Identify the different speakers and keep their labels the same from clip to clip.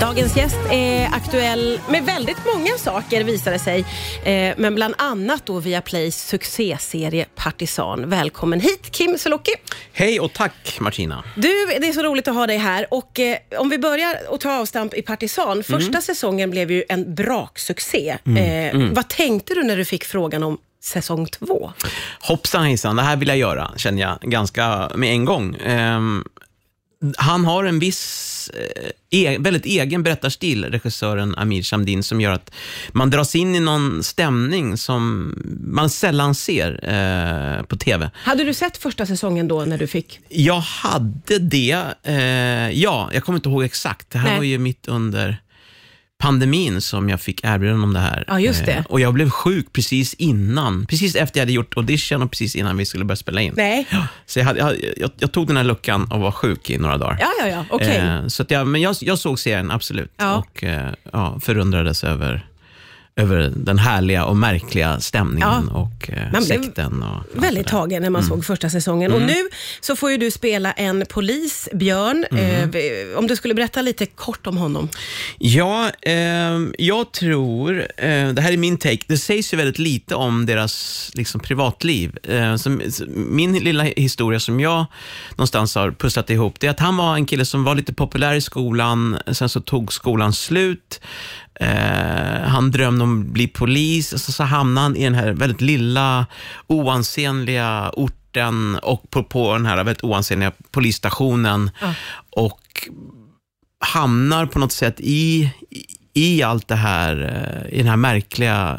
Speaker 1: Dagens gäst är aktuell med väldigt många saker visar det sig. Men bland annat då via Plays succéserie Partisan. Välkommen hit Kim Sulocki.
Speaker 2: Hej och tack Martina.
Speaker 1: Du, det är så roligt att ha dig här. Och om vi börjar att ta avstamp i Partisan. Första säsongen blev ju en braksuccé. Vad tänkte du när du fick frågan om säsong 2?
Speaker 2: Hoppsan hejsan, det här vill jag göra, känner jag ganska med en gång. Han har en viss väldigt egen berättarstil, regissören Amir Shamdin, som gör att man dras in i någon stämning som man sällan ser på tv.
Speaker 1: Hade du sett första säsongen då när du fick?
Speaker 2: Jag hade det, ja, jag kommer inte ihåg exakt. Det här var ju mitt under pandemin som jag fick erbjudande om det här.
Speaker 1: Ja, just det.
Speaker 2: Och jag blev sjuk precis efter jag hade gjort audition och precis innan vi skulle börja spela in.
Speaker 1: Nej.
Speaker 2: Så jag tog den här luckan och var sjuk i några dagar.
Speaker 1: Ja, okej.
Speaker 2: Så att men jag såg serien absolut.
Speaker 1: Ja.
Speaker 2: Och förundrades över den härliga och märkliga stämningen och sekten. Och
Speaker 1: väldigt tagen när man såg första säsongen. Och nu så får ju du spela en polis, Björn. Om du skulle berätta lite kort om honom.
Speaker 2: Ja, jag tror, det här är min take, det sägs ju väldigt lite om deras liksom, privatliv. Min lilla historia som jag någonstans har pusslat ihop, det är att han var en kille som var lite populär i skolan, sen så tog skolan slut. Han drömde om att bli polis och så hamnade han i den här väldigt lilla oansenliga orten och på den här väldigt oansenliga polisstationen och hamnar på något sätt i allt det här, i den här märkliga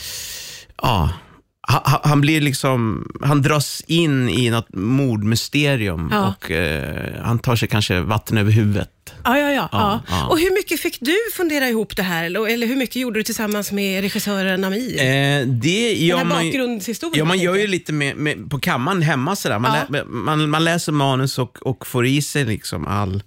Speaker 2: han blir liksom, han dras in i något mordmysterium och han tar sig kanske vatten över huvudet.
Speaker 1: Ja. Och hur mycket fick du fundera ihop det här? Eller hur mycket gjorde du tillsammans med regissören Amir? Den här bakgrundshistorien.
Speaker 2: Ja, man gör ju lite med på kammaren hemma sådär. Man läser manus och får i sig liksom all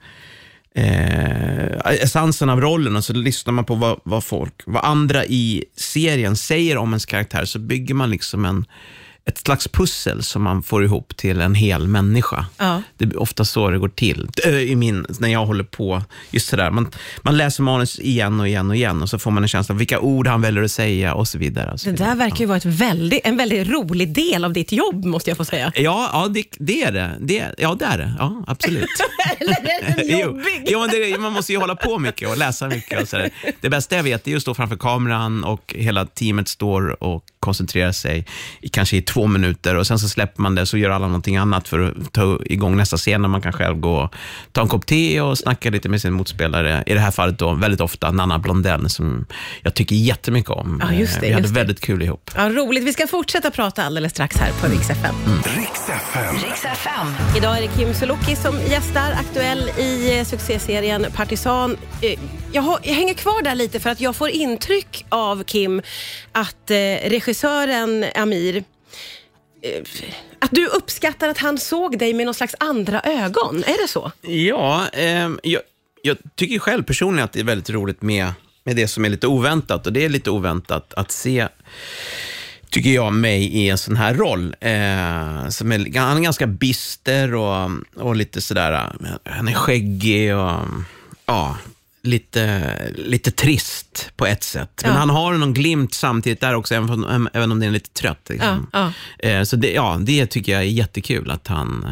Speaker 2: essensen av rollen, och så lyssnar man på vad andra i serien säger om ens karaktär, så bygger man liksom ett slags pussel som man får ihop till en hel människa. Det är ofta så det går till när jag håller på just sådär. Man läser manus igen och igen och igen, och så får man en känsla av vilka ord han väljer att säga och så vidare. Och så vidare.
Speaker 1: Det där verkar ju vara en väldigt rolig del av ditt jobb, måste jag få säga.
Speaker 2: Ja, det är det. Det är det. Ja, absolut.
Speaker 1: Eller är det jobbig?
Speaker 2: Men man måste ju hålla på mycket och läsa mycket och sådär. Det bästa jag vet är att stå framför kameran och hela teamet står och koncentrerar sig kanske i 2 minuter, och sen så släpper man det, så gör alla någonting annat för att ta igång nästa scen, när man kan själv gå och ta en kopp te och snacka lite med sin motspelare. I det här fallet då väldigt ofta Nanna Blondell, som jag tycker jättemycket om. Vi hade väldigt kul ihop.
Speaker 1: Ja, roligt. Vi ska fortsätta prata alldeles strax här på Rix FM. Rix FM. Idag är det Kim Sulocki som gästar, aktuell i succéserien Partisan. Jag hänger kvar där lite för att jag får intryck av, Kim, att regissören Amir, att du uppskattar att han såg dig med någon slags andra ögon. Är det så? Ja,
Speaker 2: jag tycker själv personligen att det är väldigt roligt med det som är lite oväntat. Och det är lite oväntat att se, tycker jag, mig i en sån här roll. Han är ganska bister och lite sådär, han är skäggig och lite trist på ett sätt. Men han har någon glimt samtidigt där också, även om det är lite trött. Liksom. Så det tycker jag är jättekul att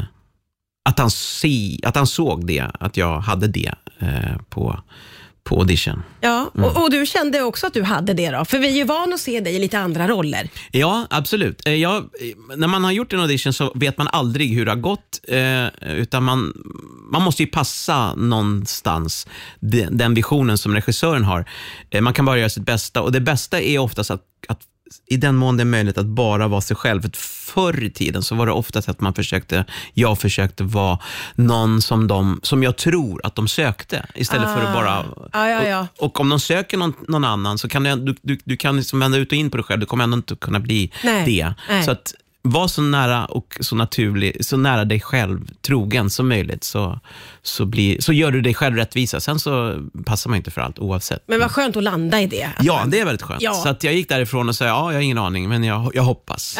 Speaker 2: han såg det, att jag hade det på audition.
Speaker 1: Ja, och du kände också att du hade det då? För vi är ju van att se dig i lite andra roller.
Speaker 2: Ja, absolut. När man har gjort en audition så vet man aldrig hur det har gått, utan man måste ju passa någonstans den visionen som regissören har. Man kan bara göra sitt bästa, och det bästa är oftast att i den mån det är möjligt att bara vara sig själv. För förr i tiden så var det oftast att jag försökte vara någon som jag tror att de sökte, istället för att bara och om de söker någon annan, så kan du kan liksom vända ut och in på dig själv. Du kommer ändå inte kunna bli det. Så att var så nära och så naturlig, så nära dig själv, trogen som möjligt, så gör du dig själv rättvisa. Sen så passar man inte för allt oavsett.
Speaker 1: Men vad skönt att landa i det.
Speaker 2: Ja, det är väldigt skönt.
Speaker 1: Ja.
Speaker 2: Så att jag gick därifrån och sa, jag har ingen aning, men jag hoppas.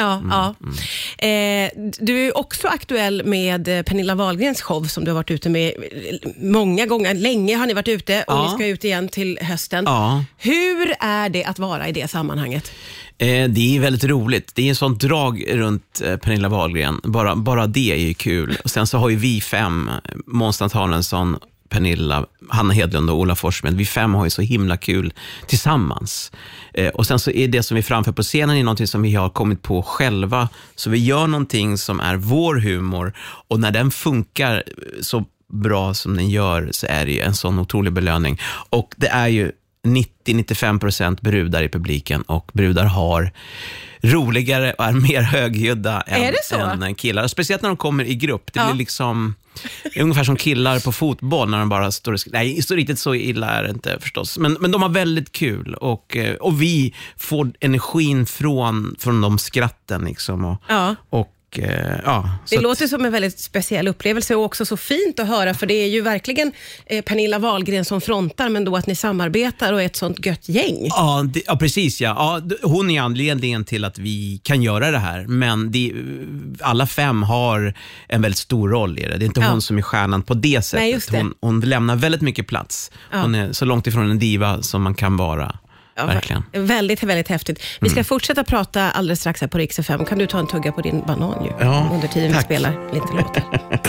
Speaker 1: Du är också aktuell med Pernilla Wahlgrens show som du har varit ute med många gånger. Länge har ni varit ute och ni ska ut igen till hösten.
Speaker 2: Ja.
Speaker 1: Hur är det att vara i det sammanhanget?
Speaker 2: Det är väldigt roligt. Det är en sån drag runt Pernilla Wahlgren. Bara det är ju kul. Och sen så har ju vi 5, Måns Nathanaelsson, Pernilla, Hanna Hedlund och Ola Forssmed. Vi 5 har ju så himla kul tillsammans. Och sen så är det som vi framför på scenen är någonting som vi har kommit på själva. Så vi gör någonting som är vår humor. Och när den funkar så bra som den gör så är det ju en sån otrolig belöning. Och det är ju 90-95% brudar i publiken, och brudar har roligare och är mer högljudda än killar. Speciellt när de kommer i grupp. Det blir liksom ungefär som killar på fotboll när de bara står och nej, så riktigt så illa är det inte förstås. Men de har väldigt kul, och vi får energin från de skratten liksom,
Speaker 1: det låter som en väldigt speciell upplevelse, och också så fint att höra, för det är ju verkligen Pernilla Wahlgren som frontar, men då att ni samarbetar och är ett sånt gött gäng.
Speaker 2: Ja, precis. Ja. Hon är anledningen till att vi kan göra det här, men alla 5 har en väldigt stor roll i det. Det är inte hon som är stjärnan på det sättet. Nej, just det. Hon lämnar väldigt mycket plats. Hon är så långt ifrån en diva som man kan vara. Ja, verkligen.
Speaker 1: Väldigt, väldigt häftigt. Vi ska fortsätta prata alldeles strax här på Rix FM. Kan du ta en tugga på din banan under tiden vi spelar lite låtar?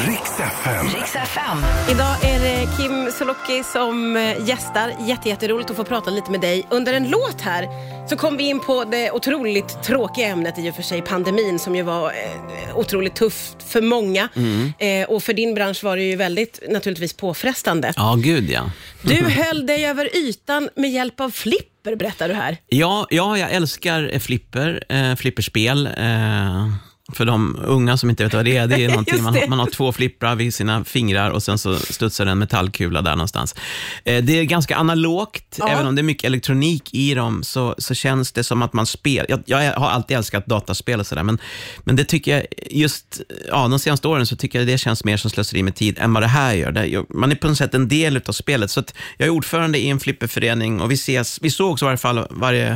Speaker 1: Rix FM. Idag är det Kim Sulocki som gästar. Jätteroligt att få prata lite med dig. Under en låt här så kom vi in på det otroligt tråkiga ämnet, i och för sig pandemin, som ju var otroligt tufft för många. Och för din bransch var det ju väldigt naturligtvis påfrestande.
Speaker 2: Ja, gud ja.
Speaker 1: Du höll dig över ytan med hjälp av flipper, berättar du här.
Speaker 2: Ja, jag älskar flipperspel. För de unga som inte vet vad det är någonting, man har 2 flipprar vid sina fingrar och sen så studsar en metallkula där någonstans. Det är ganska analogt, även om det är mycket elektronik i dem, så känns det som att man spelar. Jag har alltid älskat dataspel och sådär, men det tycker jag just de senaste åren så tycker jag det känns mer som slöseri med tid än vad det här gör. Man är på något sätt en del av spelet, så att jag är ordförande i en flipperförening, och vi sågs i varje fall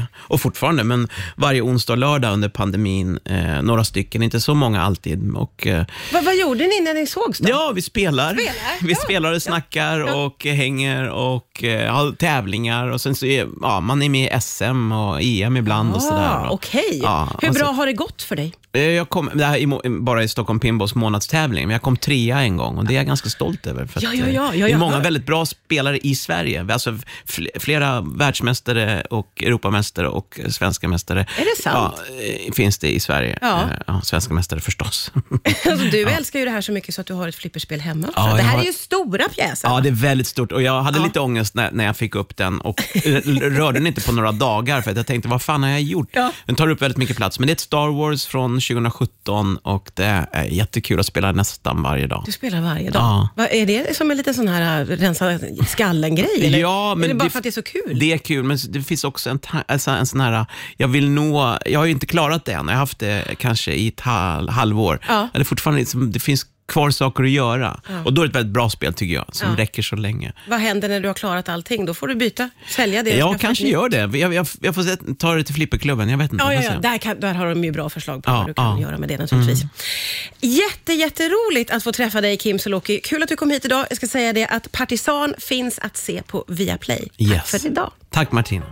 Speaker 2: varje onsdag och lördag under pandemin, några stycken, inte så många alltid. Och,
Speaker 1: vad gjorde ni när ni sågs då?
Speaker 2: Ja, vi spelar och snackar och hänger och har tävlingar, och sen så man är med i SM och EM ibland och sådär.
Speaker 1: Okej. Hur bra har det gått för dig?
Speaker 2: Jag kom, det här är bara i Stockholm Pinballs månadstävling, men jag kom 3:a en gång, och det är jag ganska stolt över, för att det är många väldigt bra spelare i Sverige, alltså flera världsmästare och Europamästare och svenska mästare.
Speaker 1: Är det sant?
Speaker 2: Ja, finns det i Sverige. Svenska mästare förstås.
Speaker 1: Alltså, du älskar ju det här så mycket så att du har ett flipperspel hemma. Det här är ju stora pjäser.
Speaker 2: Ja, det är väldigt stort, och jag hade lite ångest när jag fick upp den och rörde den inte på några dagar, för att jag tänkte, vad fan har jag gjort? Den tar upp väldigt mycket plats, men det är ett Star Wars från 2017, och det är jättekul att spela nästan varje dag.
Speaker 1: Du spelar varje dag? Är det som en liten sån här rensa skallen-grej? Eller?
Speaker 2: Ja, men
Speaker 1: är det bara för att det är så kul?
Speaker 2: Det är kul, men det finns också en sån här, jag har ju inte klarat det än. Jag har haft det kanske i ett halvår. Eller fortfarande, det finns kvar saker att göra. Och då är det ett väldigt bra spel, tycker jag, som räcker så länge. Vad händer när du har klarat allting? Då får du sälja det. Jag kanske gör det. Jag får ta det till flipperklubben, jag vet inte. Där har de ju bra förslag på vad du kan göra med det naturligtvis. Jätteroligt att få träffa dig, Kim Sulocki. Kul att du kom hit idag. Jag ska säga det att Partisan finns att se på Viaplay. Tack för idag. Tack, Martin.